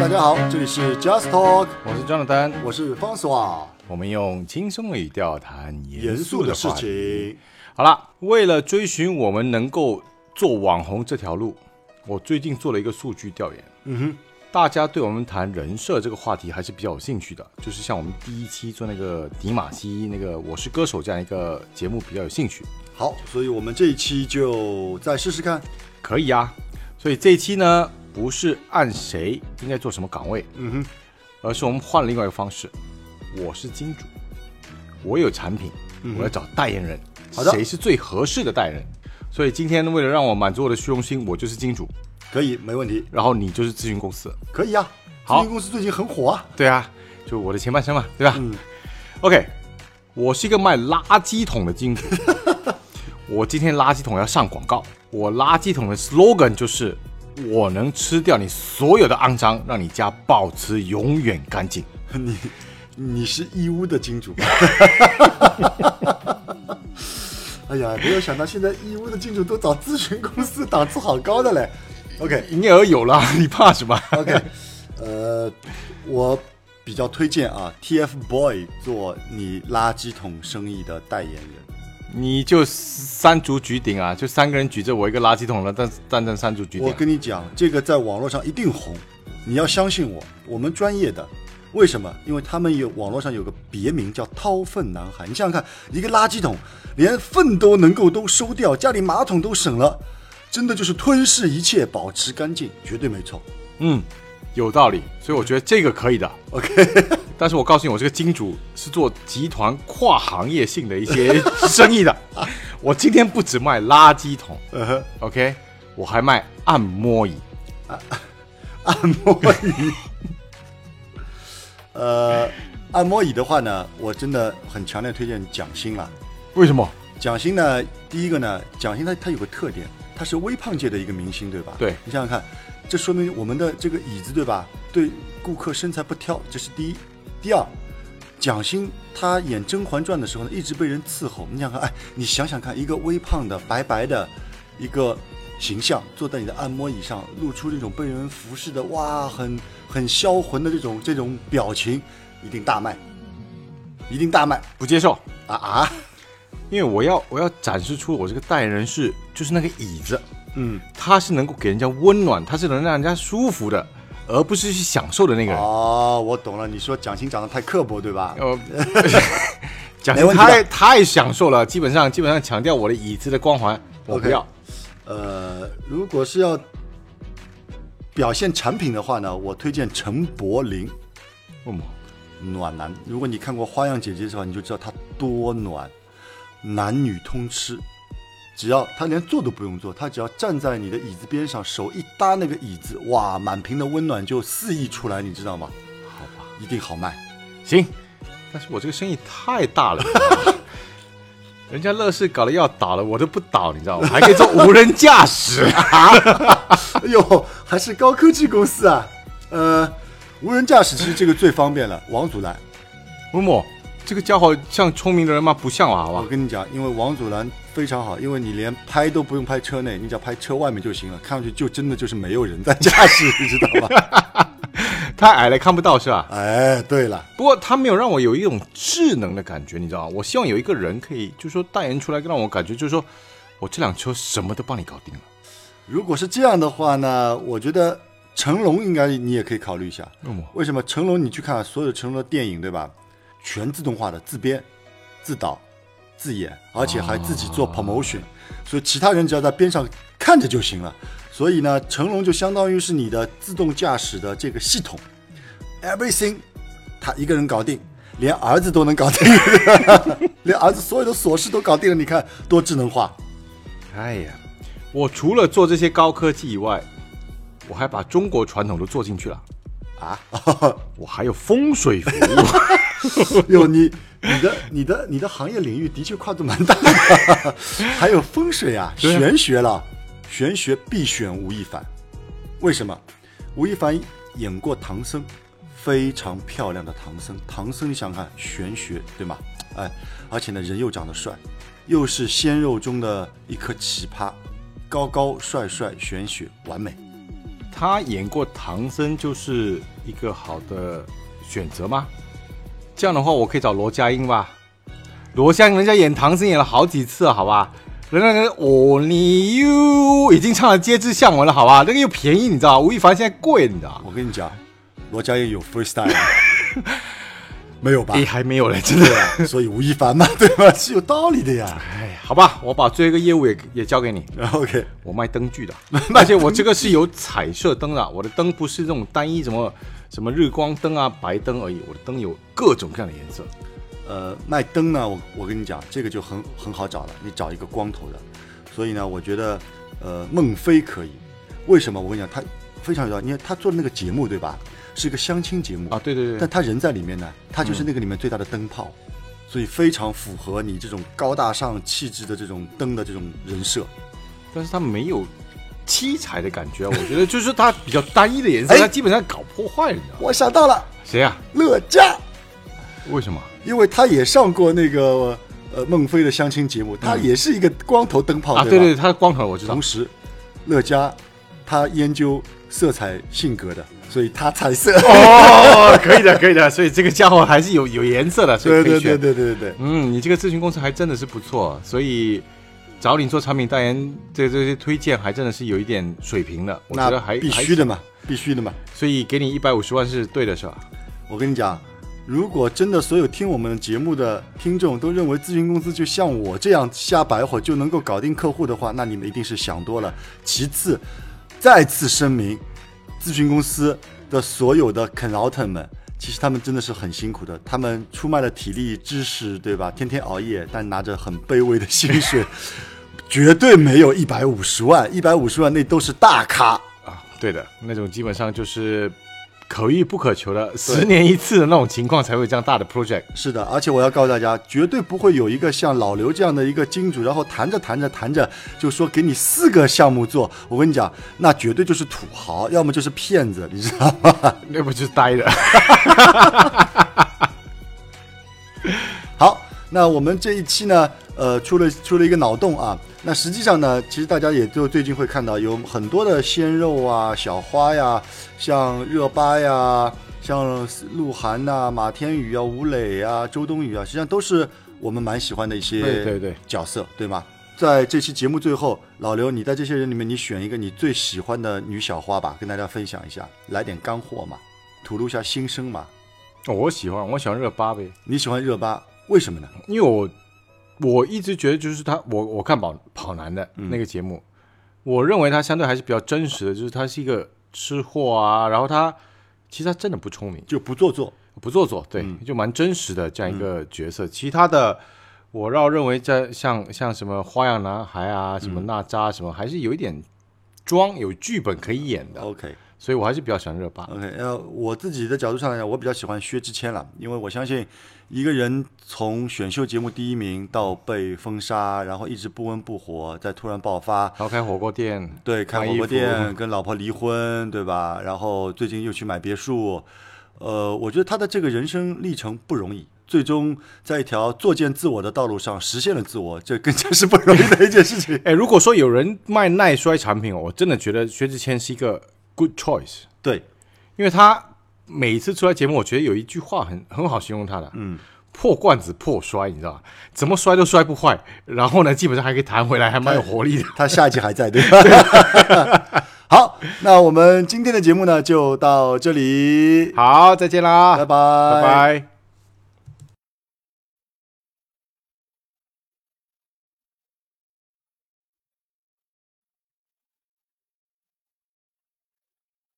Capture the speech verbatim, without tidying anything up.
大家好，这里是 Just Talk， 我是 Jonathan， 我是方斯瓦。 我们用轻松的语调谈严肃的事情。 好了，为了追寻我们能够做网红这条路，我最近做了一个数据调研。 嗯哼， 大家对我们谈人设这个话题还是比较有兴趣的，就是像我们第一期做那个迪玛希那个我是歌手这样一个节目比较有兴趣。 好，所以我们这一期就再试试看。 可以啊，所以这一期呢，不是按谁应该做什么岗位， 嗯哼， 而是我们换了另外一个方式。我是金主，我有产品， 嗯、 我要找代言人， 好的， 谁是最合适的代言人？所以今天为了让我满足我的虚荣心，我就是金主， 可以，没问题。 然后你就是咨询公司， 可以啊。 好， 咨询公司最近很火啊。 对啊，就我的前半生嘛，对吧？ 嗯。 OK， 我是一个卖垃圾桶的金主。我今天垃圾桶要上广告，我垃圾桶的 slogan 就是我能吃掉你所有的肮脏，让你家保持永远干净。 你你是义乌的金主吧？哎呀，没有想到现在义乌的金主都找咨询公司，档次好高的嘞。OK， 营业额有了，你怕什么 ？OK， 呃，我比较推荐啊 ，T F Boy 做你垃圾桶生意的代言人。 你就三足举鼎啊，就三个人举着我一个垃圾桶了，但站站三足举鼎、啊。 我跟你讲，这个在网络上一定红，你要相信我，我们专业的。为什么？因为他们有网络上有个别名叫掏粪男孩。你想想看，一个垃圾桶连粪都能够都收掉，家里马桶都省了，真的就是吞噬一切，保持干净，绝对没错。 嗯，有道理，所以我觉得这个可以的。 OK， 但是我告诉你，我这个金主是做集团跨行业性的一些生意的。我今天不只卖垃圾桶、uh-huh. ，OK， 我还卖按摩椅。 啊、按摩椅。呃，按摩椅的话呢，我真的很强烈推荐蒋欣啦。 为什么？ 蒋欣呢，第一个呢，蒋欣他他有个特点，他是微胖界的一个明星，对吧？ 对， 你想想看，这说明我们的这个椅子，对吧？对顾客身材不挑，这是第一。第二，蒋欣他演《甄嬛传》的时候呢，一直被人伺候。你想想看，哎，你想想看，一个微胖的、白白的一个形象，坐在你的按摩椅上，露出这种被人服侍的，哇，很很销魂的这种这种表情，一定大卖，一定大卖。 不接受啊啊！ 因为我要我要展示出我这个代言人是就是那个椅子， 嗯， 他是能够给人家温暖，他是能让人家舒服的。而不是去享受的那个人。 哦，我懂了。你说蒋欣长得太刻薄，对吧？ 哦，蒋欣太太享受了，基本上基本上强调我的椅子的光环，我不要。 Okay, 呃，如果是要表现产品的话呢，我推荐陈柏霖。 为什么？ 暖男。如果你看过《花样姐姐》的话，你就知道他多暖，男女通吃。只要他连坐都不用坐，他只要站在你的椅子边上，手一搭那个椅子，哇，满屏的温暖就肆意出来，你知道吗？ 好吧， 一定好卖。 行，但是我这个生意太大了，人家乐视搞得要倒了，我都不倒，你知道吗？还可以做无人驾驶啊！ 哎呦，还是高科技公司啊！呃，无人驾驶其实这个最方便了，王祖蓝。 为什么？这个家伙像聪明的人吗？不像啊，好吧？ 我跟你讲，因为王祖蓝非常好，因为你连拍都不用拍车内，你只要拍车外面就行了，看上去就真的就是没有人在驾驶，你知道吗？ 太矮了，看不到是吧？ 哎，对了， 不过他没有让我有一种智能的感觉，你知道吗？我希望有一个人可以，就是说代言出来，让我感觉就是说我这辆车什么都帮你搞定了。 如果是这样的话呢，我觉得成龙应该你也可以考虑一下。 嗯、 为什么？成龙你去看所有的成龙的电影，对吧？全自动化的，自编、自导、自演，而且还自己做 promotion，、啊、所以其他人只要在边上看着就行了。所以呢，成龙就相当于是你的自动驾驶的这个系统 ，everything， 他一个人搞定，连儿子都能搞定，连儿子所有的琐事都搞定了，你看多智能化。 哎呀，我除了做这些高科技以外，我还把中国传统都做进去了。啊，我还有风水服务。 哟，你你的你的你的行业领域的确跨度蛮大的，还有风水啊，玄学了，玄学必选吴亦凡。为什么？吴亦凡演过唐僧，非常漂亮的唐僧。唐僧你想看玄学对吗？哎，而且呢人又长得帅，又是鲜肉中的一颗奇葩，高高帅帅玄学完美。 他演过唐僧就是一个好的选择吗？这样的话，我可以找罗家英吧。罗家英人家演唐僧演了好几次了，好吧？人家人哦你 you 已经唱了接志向文了，好吧？那个又便宜，你知道？吴亦凡现在贵，你知道？ 我跟你讲，罗家英有 freestyle， 没有吧？ 哎，还没有嘞，真的。 啊、所以吴亦凡嘛，对吧？是有道理的呀。 哎，好吧，我把最后一个业务也也交给你。 OK， 我卖灯具的，而且我这个是有彩色灯的，我的灯不是这种单一什么什么日光灯啊、白灯而已，我的灯有各种各样的颜色。 呃，卖灯呢，我我跟你讲，这个就很很好找了，你找一个光头的。所以呢，我觉得，呃，孟非可以。为什么？我跟你讲，他非常有道理，因为他做的那个节目，对吧？是一个相亲节目啊，对对对。 但他人在里面呢，他就是那个里面最大的灯泡，嗯、所以非常符合你这种高大上气质的这种灯的这种人设。 但是他没有七彩的感觉，我觉得就是他比较单一的颜色，他基本上搞破坏了。 我想到了， 谁啊？ 乐嘉。 为什么？ 因为他也上过那个呃孟非的相亲节目，他也是一个光头灯泡、嗯、 啊，对对，他光头我知道。 同时，乐嘉他研究色彩性格的，所以他彩色。 哦，可以的，可以的。所以这个家伙还是有有颜色的，所以可以选。 对对对对对对。 嗯，你这个咨询公司还真的是不错，所以找你做产品代言，这这些推荐还真的是有一点水平的。我觉得还必须的嘛，必须的嘛。 所以给你一百五十万是对的，是吧？ 我跟你讲。如果真的所有听我们节目的听众都认为咨询公司就像我这样瞎白活就能够搞定客户的话，那你们一定是想多了。其次，再次声明，咨询公司的所有的 consultant 们，其实他们真的是很辛苦的，他们出卖了体力、知识，对吧？天天熬夜，但拿着很卑微的薪水，绝对没有一百五十万，一百五十万那都是大咖啊！对的，那种基本上就是。可遇不可求的，十年一次的那种情况才会这样大的 project。 是的，而且我要告诉大家，绝对不会有一个像老刘这样的一个金主，然后谈着谈着谈着就说给你四个项目做。我跟你讲，那绝对就是土豪，要么就是骗子，你知道吗？ 那不就是呆的。 好，那我们这一期呢，呃，出了出了一个脑洞啊。那实际上呢，其实大家也就最近会看到有很多的鲜肉啊、小花呀，像热巴呀、像鹿晗呐、马天宇啊、吴磊啊、周冬雨啊，实际上都是我们蛮喜欢的一些角色， 对, 对, 对, 对吗？在这期节目最后，老刘，你在这些人里面，你选一个你最喜欢的女小花吧，跟大家分享一下，来点干货嘛，吐露一下心声嘛。 哦，我喜欢，我喜欢热巴呗。 你喜欢热巴，为什么呢？ 因为我。我一直觉得就是他，我我看跑跑男的那个节目、嗯，我认为他相对还是比较真实的，就是他是一个吃货啊，然后他其实他真的不聪明， 就不做作， 不做作，对，嗯、就蛮真实的这样一个角色。嗯、其他的，我倒认为在像像什么花样男孩啊，什么娜扎什么，还是有一点装，有剧本可以演的。 OK。 所以我还是比较喜欢热巴。 OK， 呃，我自己的角度上来讲，我比较喜欢薛之谦了，因为我相信一个人从选秀节目第一名到被封杀，然后一直不温不火，再突然爆发， 然后开火锅店， 对，开火锅店，跟老婆离婚，对吧？然后最近又去买别墅，呃，我觉得他的这个人生历程不容易，最终在一条作践自我的道路上实现了自我，这更加是不容易的一件事情。 哎，如果说有人卖耐摔产品，我真的觉得薛之谦是一个good choice， 对， 因为他每一次出来节目，我觉得有一句话很很好形容他的，嗯，破罐子破摔，你知道吗？怎么摔都摔不坏，然后呢，基本上还可以弹回来，还蛮有活力的。 他, 他下一集还在，对吧？好，那我们今天的节目呢就到这里， 好，再见啦， 拜拜， 拜拜。